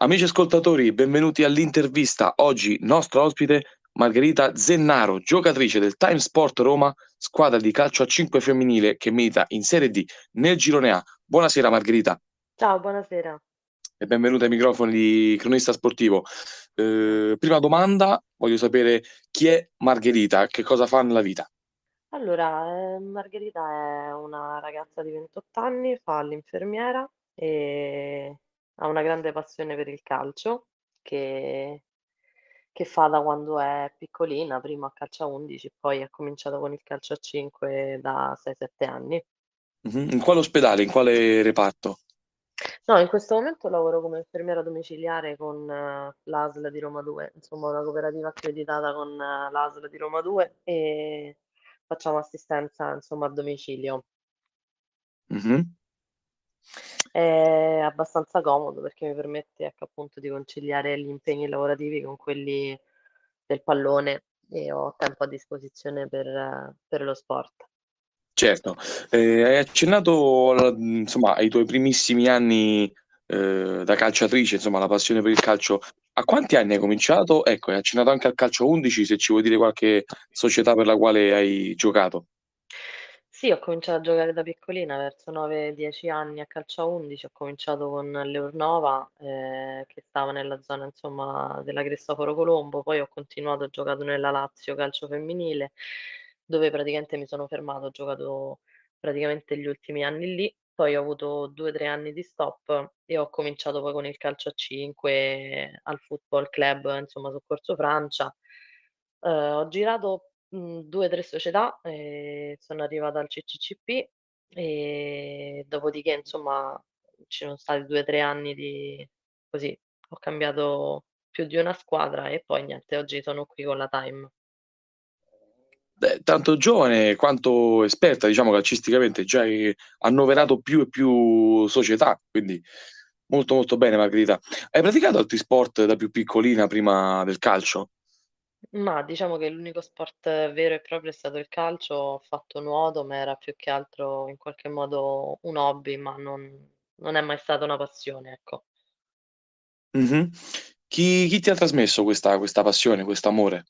Amici ascoltatori, benvenuti all'intervista. Oggi nostra ospite Margherita Zennaro, giocatrice del Time Sport Roma, squadra di calcio a 5 femminile che milita in Serie D nel Girone A. Buonasera Margherita Ciao, buonasera. e benvenuta ai microfoni di Cronista Sportivo. Prima domanda, voglio sapere chi è Margherita, che cosa fa nella vita? Allora, Margherita è una ragazza di 28 anni, fa l'infermiera e ha una grande passione per il calcio che, che fa da quando è piccolina, prima a calcio a 11, poi ha cominciato con il calcio a 5 da 6-7 anni. Mhm. In quale ospedale, in quale reparto? No, in questo momento lavoro come infermiera domiciliare con l'ASL di Roma 2, insomma una cooperativa accreditata con l'ASL di Roma 2 e facciamo assistenza insomma a domicilio. Mhm. È abbastanza comodo perché mi permette, ecco, appunto di conciliare gli impegni lavorativi con quelli del pallone e ho tempo a disposizione per lo sport. Certo, hai accennato insomma ai tuoi primissimi anni, da calciatrice, insomma la passione per il calcio. A quanti anni hai cominciato? Ecco, hai accennato anche al calcio a 11, se ci vuoi dire qualche società per la quale hai giocato. Sì, ho cominciato a giocare da piccolina, verso 9-10 anni a calcio a 11, ho cominciato con l'Eurnova, che stava nella zona insomma della Cristoforo Colombo, poi ho continuato, ho giocato nella Lazio calcio femminile, dove praticamente mi sono fermata, ho giocato praticamente gli ultimi anni lì, poi ho avuto 2-3 anni di stop e ho cominciato poi con il calcio a 5 al Football Club, insomma Soccorso Francia. Ho girato 2, 3 società, sono arrivata al CCCP e dopodiché insomma ci sono stati 2, 3 anni di così, ho cambiato più di una squadra e poi niente, oggi sono qui con la Time. Beh, tanto giovane quanto esperta, diciamo calcisticamente, già hai annoverato più e più società, quindi molto, molto bene Margherita. Hai praticato altri sport da più piccolina prima del calcio? Ma diciamo che l'unico sport vero e proprio è stato il calcio, ho fatto nuoto, ma era più che altro in qualche modo un hobby, ma non è mai stata una passione, ecco. Mh-mh. Chi ti ha trasmesso questa passione, quest'amore?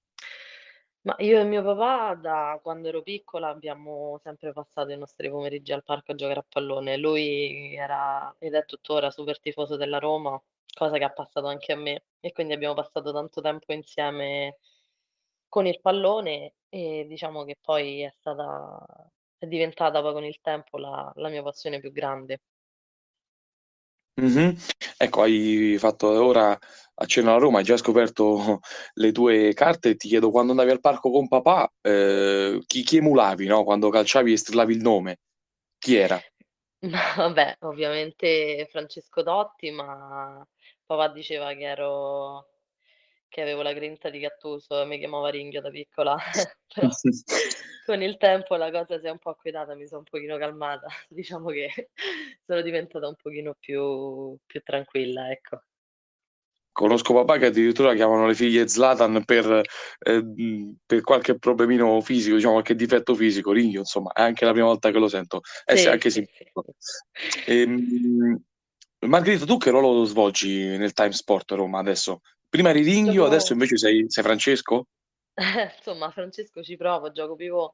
Ma io e mio papà da quando ero piccola abbiamo sempre passato i nostri pomeriggi al parco a giocare a pallone. Lui era ed è tuttora super tifoso della Roma, cosa che ha passato anche a me, e quindi abbiamo passato tanto tempo insieme con il pallone e diciamo che poi è diventata poi con il tempo la mia passione più grande. Mh-mh. Ecco, hai fatto ora accenno alla Roma, hai già scoperto le tue carte. Ti chiedo, quando andavi al parco con papà, chi emulavi, no, quando calciavi e strillavi il nome, chi era? Ma vabbè, ovviamente Francesco Totti, ma papà diceva che avevo la grinta di Gattuso e mi chiamava Ringhio da piccola, però con il tempo la cosa si è un po' acquietata, mi sono un pochino calmata. Diciamo che sono diventata un pochino più tranquilla, ecco. Conosco papà che addirittura chiamano le figlie Zlatan per qualche problemino fisico, diciamo qualche difetto fisico, Ringhio, insomma, è anche la prima volta che lo sento. È Sì, anche sì, sì. simpatico. Ehm, Margherita, tu che ruolo svolgi nel Time Sport Roma adesso? Prima eri Ringhio, adesso Gioco invece sei Francesco? insomma a Francesco ci provo, gioco pivot,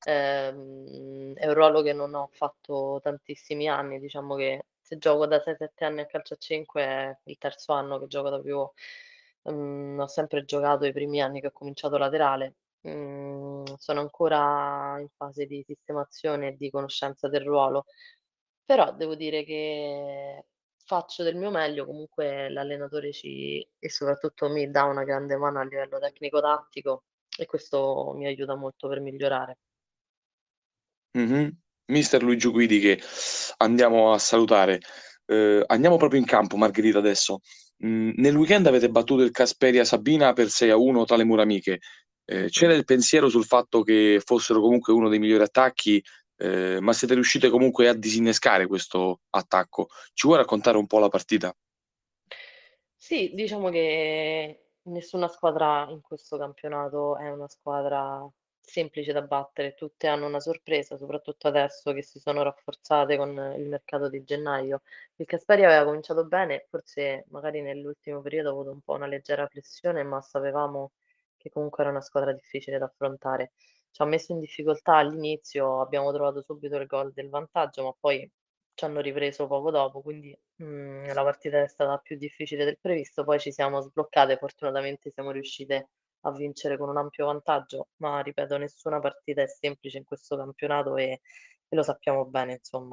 è un ruolo che non ho fatto tantissimi anni, diciamo che se gioco da 6, 7 anni a calcio a 5 è il terzo anno che gioco da pivot. Ho sempre giocato i primi anni che ho cominciato laterale. Sono ancora in fase di sistemazione e di conoscenza del ruolo, però devo dire che faccio del mio meglio, comunque l'allenatore ci e soprattutto mi dà una grande mano a livello tecnico-tattico e questo mi aiuta molto per migliorare. Mh-mh. Mister Luigi Guidi che andiamo a salutare. Andiamo proprio in campo Margherita adesso. Nel weekend avete battuto il Casperia Sabina per 6-1 tra le mura amiche. Mh-mh. C'era il pensiero sul fatto che fossero comunque uno dei migliori attacchi, ma siete riuscite comunque a disinnescare questo attacco. Ci vuoi raccontare un po' la partita? Sì, diciamo che nessuna squadra in questo campionato è una squadra semplici da battere, tutte hanno una sorpresa, soprattutto adesso che si sono rafforzate con il mercato di gennaio. Il Caspari aveva cominciato bene, forse magari nell'ultimo periodo ha avuto un po' una leggera flessione, ma sapevamo che comunque era una squadra difficile da affrontare. Ci ha messo in difficoltà all'inizio, abbiamo trovato subito il gol del vantaggio, ma poi ci hanno ripreso poco dopo, quindi la partita è stata più difficile del previsto, poi ci siamo sbloccate, fortunatamente siamo riuscite a vincere con un ampio vantaggio, ma ripeto, nessuna partita è semplice in questo campionato e lo sappiamo bene, insomma.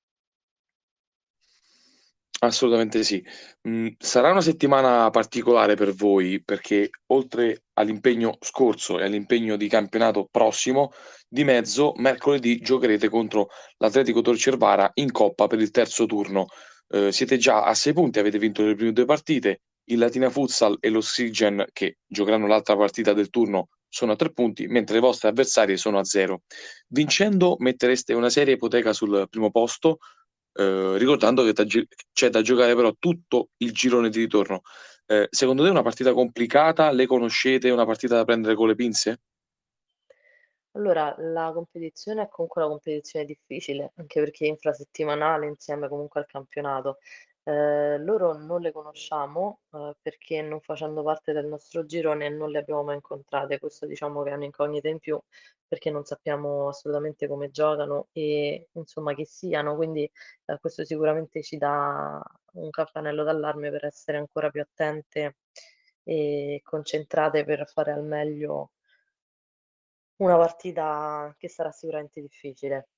Assolutamente sì. Sarà una settimana particolare per voi perché oltre all'impegno scorso e all'impegno di campionato prossimo, di mezzo mercoledì giocherete contro l'Atletico Torcervara in Coppa per il terzo turno. Siete già a 6 punti, avete vinto le prime 2 partite, il Latina Futsal e l'Oxygen, che giocheranno l'altra partita del turno, sono a 3 punti, mentre le vostre avversarie sono a 0. Vincendo mettereste una seria ipoteca sul primo posto, ricordando che c'è da giocare però tutto il girone di ritorno. Secondo te è una partita complicata? Le conoscete? È una partita da prendere con le pinze? Allora, la competizione è comunque una competizione difficile, anche perché è infrasettimanale insieme comunque al campionato. Loro non le conosciamo, perché non facendo parte del nostro girone non le abbiamo mai incontrate. Questo diciamo che è un'incognita in più, perché non sappiamo assolutamente come giocano e insomma chi siano, quindi questo sicuramente ci dà un campanello d'allarme per essere ancora più attente e concentrate per fare al meglio una partita che sarà sicuramente difficile.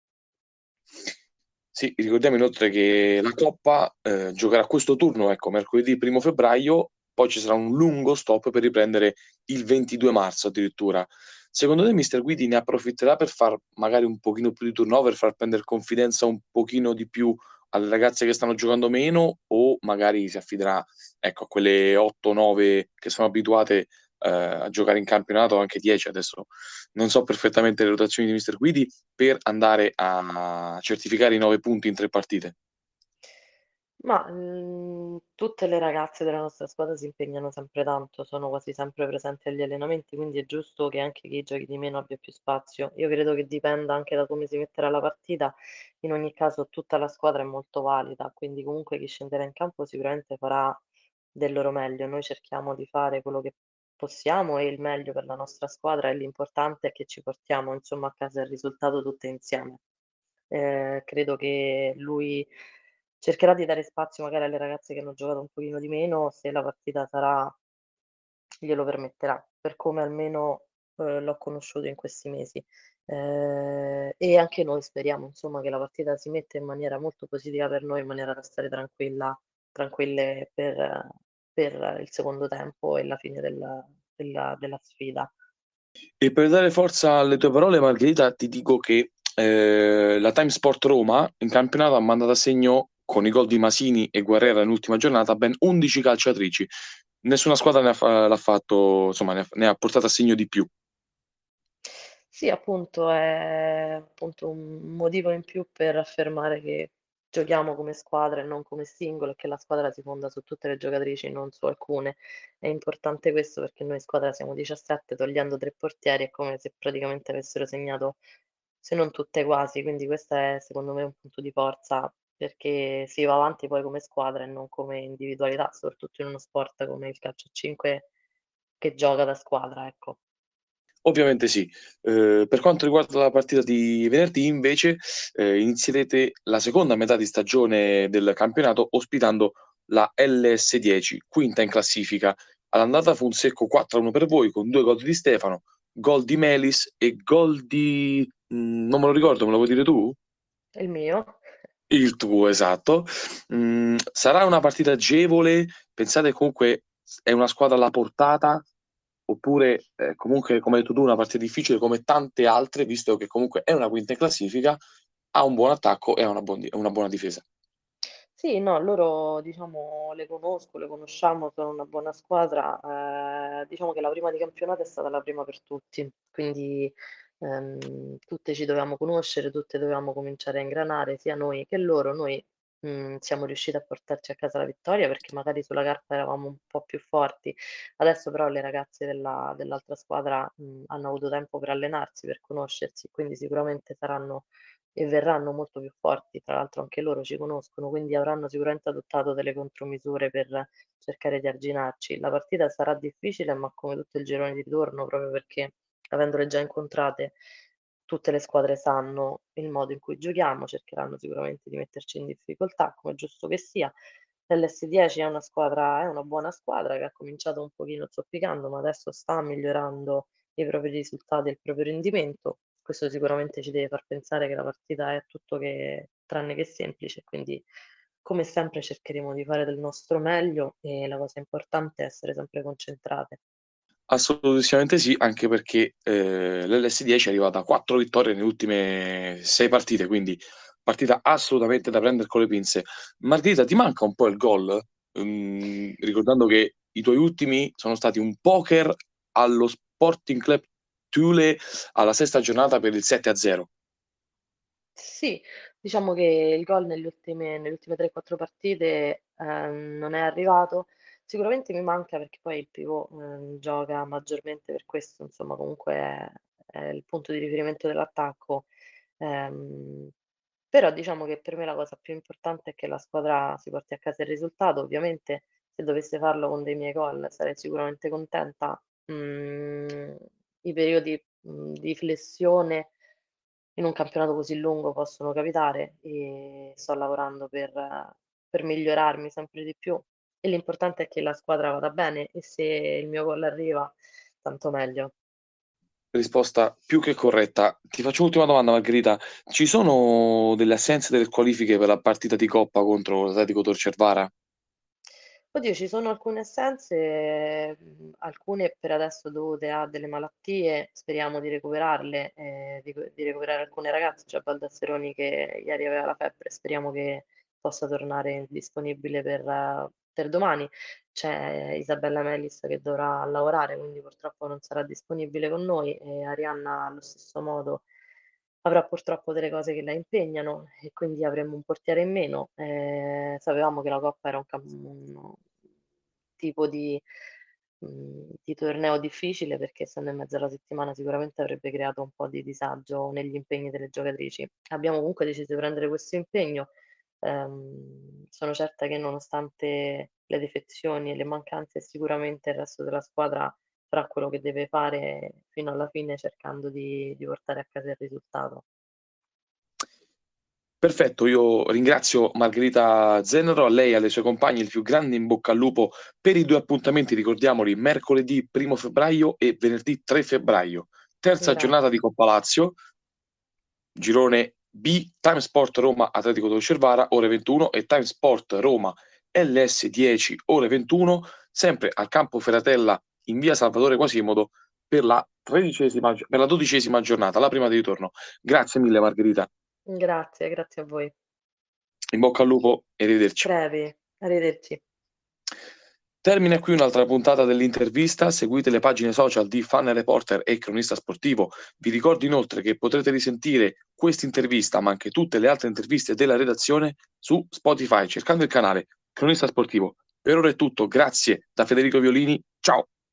Sì, ricordiamo inoltre che la Coppa giocherà questo turno, ecco, mercoledì 1 febbraio, poi ci sarà un lungo stop per riprendere il 22 marzo addirittura. Secondo te Mister Guidi ne approfitterà per far magari un pochino più di turnover, far prendere confidenza un pochino di più alle ragazze che stanno giocando meno o magari si affiderà, ecco, a quelle 8-9 che sono abituate a giocare in campionato, anche 10 adesso non so perfettamente le rotazioni di Mister Guidi, per andare a certificare i 9 punti in 3 partite. Ma, tutte le ragazze della nostra squadra si impegnano sempre tanto, sono quasi sempre presenti agli allenamenti, quindi è giusto che anche chi giochi di meno abbia più spazio. Io credo che dipenda anche da come si metterà la partita. In ogni caso tutta la squadra è molto valida, quindi comunque chi scenderà in campo sicuramente farà del loro meglio. Noi cerchiamo di fare quello che possiamo e il meglio per la nostra squadra e l'importante è che ci portiamo insomma a casa il risultato tutte insieme. Credo che lui cercherà di dare spazio magari alle ragazze che hanno giocato un pochino di meno, se la partita sarà glielo permetterà, per come almeno, l'ho conosciuto in questi mesi. E anche noi speriamo insomma che la partita si metta in maniera molto positiva per noi, in maniera da stare tranquille per il secondo tempo e la fine della sfida. E per dare forza alle tue parole, Margherita, ti dico che la TimeSport Roma in campionato ha mandato a segno, con i gol di Masini e Guerrera nell'ultima giornata, ben 11 calciatrici. Nessuna squadra l'ha fatto, insomma, ne ha portato a segno di più. Sì, appunto, è appunto un motivo in più per affermare che giochiamo come squadra e non come singolo e che la squadra si fonda su tutte le giocatrici, non su alcune. È importante questo perché noi in squadra siamo 17, togliendo 3 portieri è come se praticamente avessero segnato, se non tutte quasi, quindi questo è secondo me un punto di forza perché si va avanti poi come squadra e non come individualità, soprattutto in uno sport come il calcio a 5 che gioca da squadra, ecco. Ovviamente sì. Per quanto riguarda la partita di venerdì invece, inizierete la seconda metà di stagione del campionato ospitando la LS10, quinta in classifica. All'andata fu un secco 4-1 per voi con 2 gol di Stefano, gol di Melis e gol di non me lo ricordo, me lo vuoi dire tu? È il mio. Il tuo, esatto. Sarà una partita agevole? Pensate comunque è una squadra alla portata? Oppure comunque, come hai detto tu, una partita difficile come tante altre, visto che comunque è una quinta in classifica, ha un buon attacco e ha una buona difesa. Sì, no, loro diciamo le conosco, le conosciamo, sono una buona squadra. Diciamo che la prima di campionato è stata la prima per tutti, quindi tutte ci dovevamo conoscere, tutte dovevamo cominciare a ingranare, sia noi che loro. Noi siamo riusciti a portarci a casa la vittoria perché magari sulla carta eravamo un po' più forti. Adesso però le ragazze dell'altra squadra, hanno avuto tempo per allenarsi, per conoscersi, quindi sicuramente saranno e verranno molto più forti. Tra l'altro anche loro ci conoscono, quindi avranno sicuramente adottato delle contromisure per cercare di arginarci. La partita sarà difficile, ma come tutto il girone di ritorno, proprio perché avendole già incontrate, tutte le squadre sanno il modo in cui giochiamo, cercheranno sicuramente di metterci in difficoltà, come è giusto che sia. L'S10 è una buona squadra che ha cominciato un pochino zoppicando, ma adesso sta migliorando i propri risultati e il proprio rendimento. Questo sicuramente ci deve far pensare che la partita è tutto che tranne che semplice, quindi come sempre cercheremo di fare del nostro meglio e la cosa importante è essere sempre concentrate. Assolutamente sì, anche perché l'LS10 è arrivata a 4 vittorie nelle ultime 6 partite, quindi partita assolutamente da prendere con le pinze. Margherita, ti manca un po' il gol? Ricordando che i tuoi ultimi sono stati un poker allo Sporting Club Thule alla sesta giornata per il 7-0. Sì, diciamo che il gol nelle ultime 3-4 partite non è arrivato. Sicuramente mi manca perché poi il pivot gioca maggiormente per questo, insomma, comunque è il punto di riferimento dell'attacco. Ehm, Però diciamo che per me la cosa più importante è che la squadra si porti a casa il risultato. Ovviamente se dovesse farlo con dei miei gol sarei sicuramente contenta. I periodi di flessione in un campionato così lungo possono capitare e sto lavorando per migliorarmi sempre di più. E l'importante è che la squadra vada bene e se il mio gol arriva, tanto meglio. Risposta più che corretta. Ti faccio un'ultima domanda, Margherita. Ci sono delle assenze delle qualifiche per la partita di Coppa contro l'Atletico Torcervara? Oddio, ci sono alcune assenze, alcune per adesso dovute a delle malattie, speriamo di recuperarle, di recuperare alcune ragazze, c'è Baldasseroni che ieri aveva la febbre, speriamo che possa tornare disponibile per domani. C'è Isabella Melis che dovrà lavorare, quindi purtroppo non sarà disponibile con noi e Arianna allo stesso modo avrà purtroppo delle cose che la impegnano e quindi avremo un portiere in meno. Sapevamo che la Coppa era un tipo di torneo difficile perché essendo in mezzo alla settimana sicuramente avrebbe creato un po' di disagio negli impegni delle giocatrici. Abbiamo comunque deciso di prendere questo impegno. Sono certa che nonostante le defezioni e le mancanze, sicuramente il resto della squadra farà quello che deve fare fino alla fine cercando di portare a casa il risultato. Perfetto, io ringrazio Margherita Zennero, a lei e alle sue compagne il più grande in bocca al lupo per i due appuntamenti, ricordiamoli, mercoledì 1 febbraio e venerdì 3 febbraio. Terza giornata di Grazie. Coppa Lazio, girone B, Time Sport Roma Atletico Dolcervara, ore 21 e Time Sport Roma LS10, ore 21, sempre al campo Feratella in via Salvatore Quasimodo per la 12ª giornata, la prima di ritorno. Grazie mille Margherita, Grazie, grazie a voi. in bocca al lupo e arrivederci. Brevi, arrivederci. Termina qui un'altra puntata dell'intervista. Seguite le pagine social di Fan Reporter e Cronista Sportivo. Vi ricordo inoltre che potrete risentire questa intervista, ma anche tutte le altre interviste della redazione su Spotify, cercando il canale Cronista Sportivo. Per ora è tutto, grazie da Federico Violini, ciao!